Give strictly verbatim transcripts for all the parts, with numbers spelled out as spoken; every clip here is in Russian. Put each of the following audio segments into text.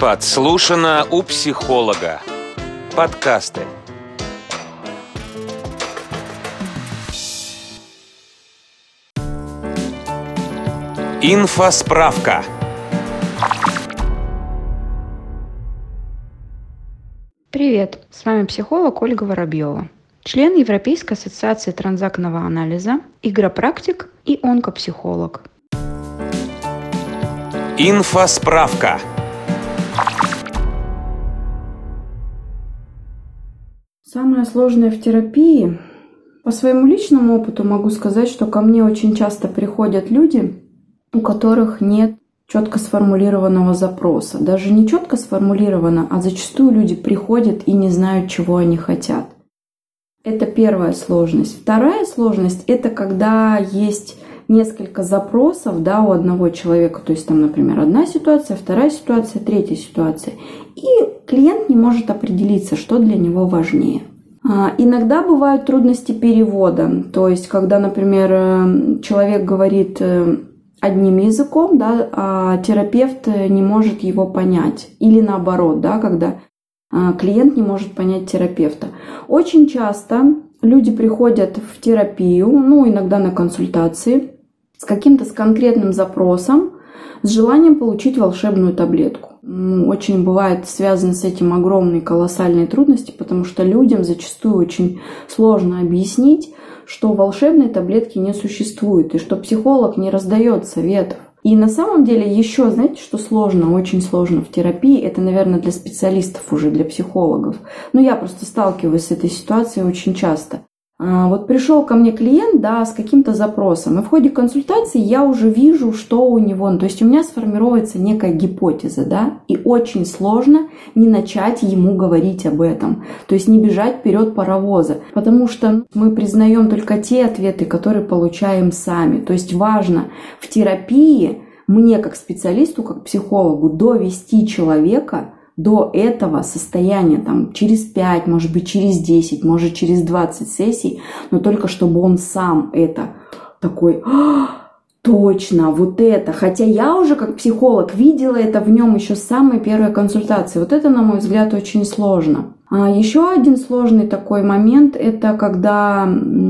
Подслушано у психолога. Подкасты. Инфосправка. Привет, с вами психолог Ольга Воробьева, член Европейской ассоциации транзактного анализа, игропрактик и онкопсихолог. Инфосправка. Самое сложное в терапии, по своему личному опыту могу сказать, что ко мне очень часто приходят люди, у которых нет четко сформулированного запроса. Даже не четко сформулировано, а зачастую люди приходят и не знают, чего они хотят. Это первая сложность. Вторая сложность – это когда есть несколько запросов, да, у одного человека. То есть там, например, одна ситуация, вторая ситуация, третья ситуация. И клиент не может определиться, что для него важнее. А, иногда бывают трудности перевода. То есть, когда, например, человек говорит одним языком, да, а терапевт не может его понять. Или наоборот, да, когда клиент не может понять терапевта. Очень часто люди приходят в терапию, ну, иногда на консультации, с каким-то с конкретным запросом, с желанием получить волшебную таблетку. Ну, очень бывает связаны с этим огромные колоссальные трудности, потому что людям зачастую очень сложно объяснить, что волшебной таблетки не существует и что психолог не раздает советов. И на самом деле еще, знаете, что сложно, очень сложно в терапии, это, наверное, для специалистов уже, для психологов. Но я просто сталкиваюсь с этой ситуацией очень часто. Вот пришел ко мне клиент, да, с каким-то запросом, и в ходе консультации я уже вижу, что у него, ну, то есть у меня сформируется некая гипотеза, да, и очень сложно не начать ему говорить об этом, то есть не бежать вперед паровоза, потому что мы признаем только те ответы, которые получаем сами, то есть важно в терапии мне как специалисту, как психологу довести человека до этого состояния, там, через пять, может быть, через десять, может, через двадцать сессий, но только чтобы он сам это такой, точно, вот это. Хотя я уже как психолог видела это в нем еще с самой первой консультации. Вот это, на мой взгляд, очень сложно. А еще один сложный такой момент – это когда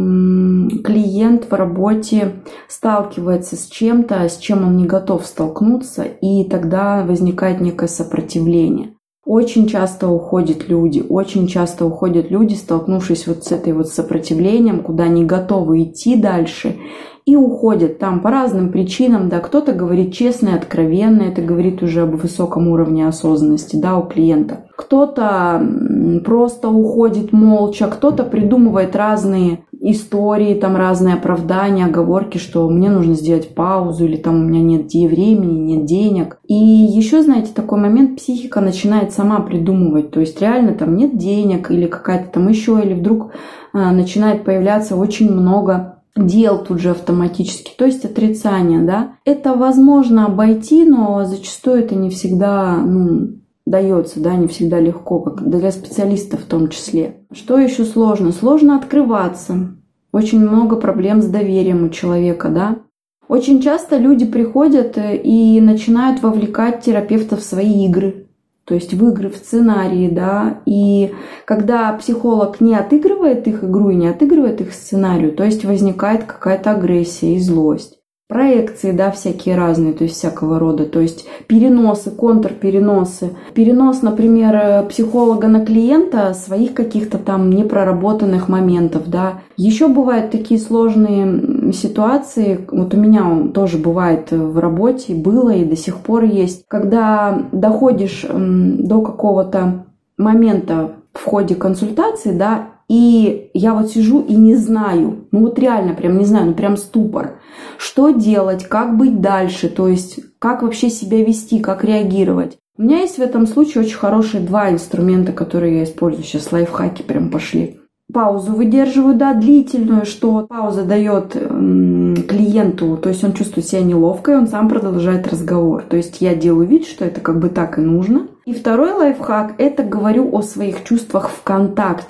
клиент в работе сталкивается с чем-то, с чем он не готов столкнуться, и тогда возникает некое сопротивление. Очень часто уходят люди, очень часто уходят люди, столкнувшись вот с этой вот сопротивлением, куда не готовы идти дальше, и уходят там по разным причинам, да, кто-то говорит честно и откровенно, это говорит уже об высоком уровне осознанности, да, у клиента. Кто-то просто уходит молча, кто-то придумывает разные истории, там разные оправдания, оговорки, что мне нужно сделать паузу, или там у меня нет времени, нет денег. И еще, знаете, такой момент, психика начинает сама придумывать, то есть реально там нет денег или какая-то там еще, или вдруг а, начинает появляться очень много дел тут же автоматически, то есть отрицание, да. Это возможно обойти, но зачастую это не всегда, ну, дается, да, не всегда легко, как для специалистов в том числе. Что еще сложно? Сложно открываться. Очень много проблем с доверием у человека, да. Очень часто люди приходят и начинают вовлекать терапевта в свои игры. То есть в игры, в сценарии, да, и когда психолог не отыгрывает их игру и не отыгрывает их сценарию, то есть возникает какая-то агрессия и злость. Проекции, да, всякие разные, то есть всякого рода, то есть переносы, контрпереносы. Перенос, например, психолога на клиента своих каких-то там непроработанных моментов, да. Еще бывают такие сложные ситуации, вот у меня он тоже бывает в работе, было и до сих пор есть, когда доходишь до какого-то момента в ходе консультации, да, и я вот сижу и не знаю, ну вот реально прям не знаю, ну прям ступор, что делать, как быть дальше, то есть как вообще себя вести, как реагировать. У меня есть в этом случае очень хорошие два инструмента, которые я использую. Сейчас лайфхаки прям пошли. Паузу выдерживаю, да, длительную, что пауза дает м, клиенту, то есть он чувствует себя неловко, и он сам продолжает разговор. То есть я делаю вид, что это как бы так и нужно. И второй лайфхак – это говорю о своих чувствах в контакте.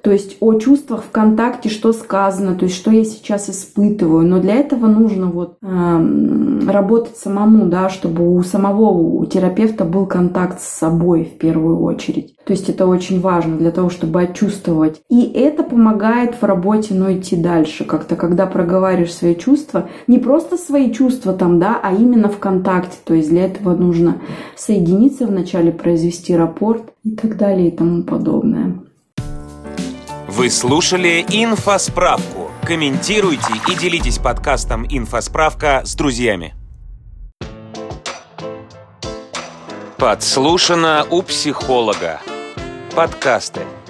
То есть о чувствах в контакте, что сказано, то есть что я сейчас испытываю. Но для этого нужно вот э, работать самому, да, чтобы у самого у терапевта был контакт с собой в первую очередь. То есть это очень важно для того, чтобы отчувствовать. И это помогает в работе, ну, идти дальше как-то, когда проговариваешь свои чувства. Не просто свои чувства там, да, а именно в контакте. То есть для этого нужно соединиться вначале, произвести рапорт и так далее и тому подобное. Вы слушали «Инфосправку». Комментируйте и делитесь подкастом «Инфосправка» с друзьями. Подслушано у психолога. Подкасты.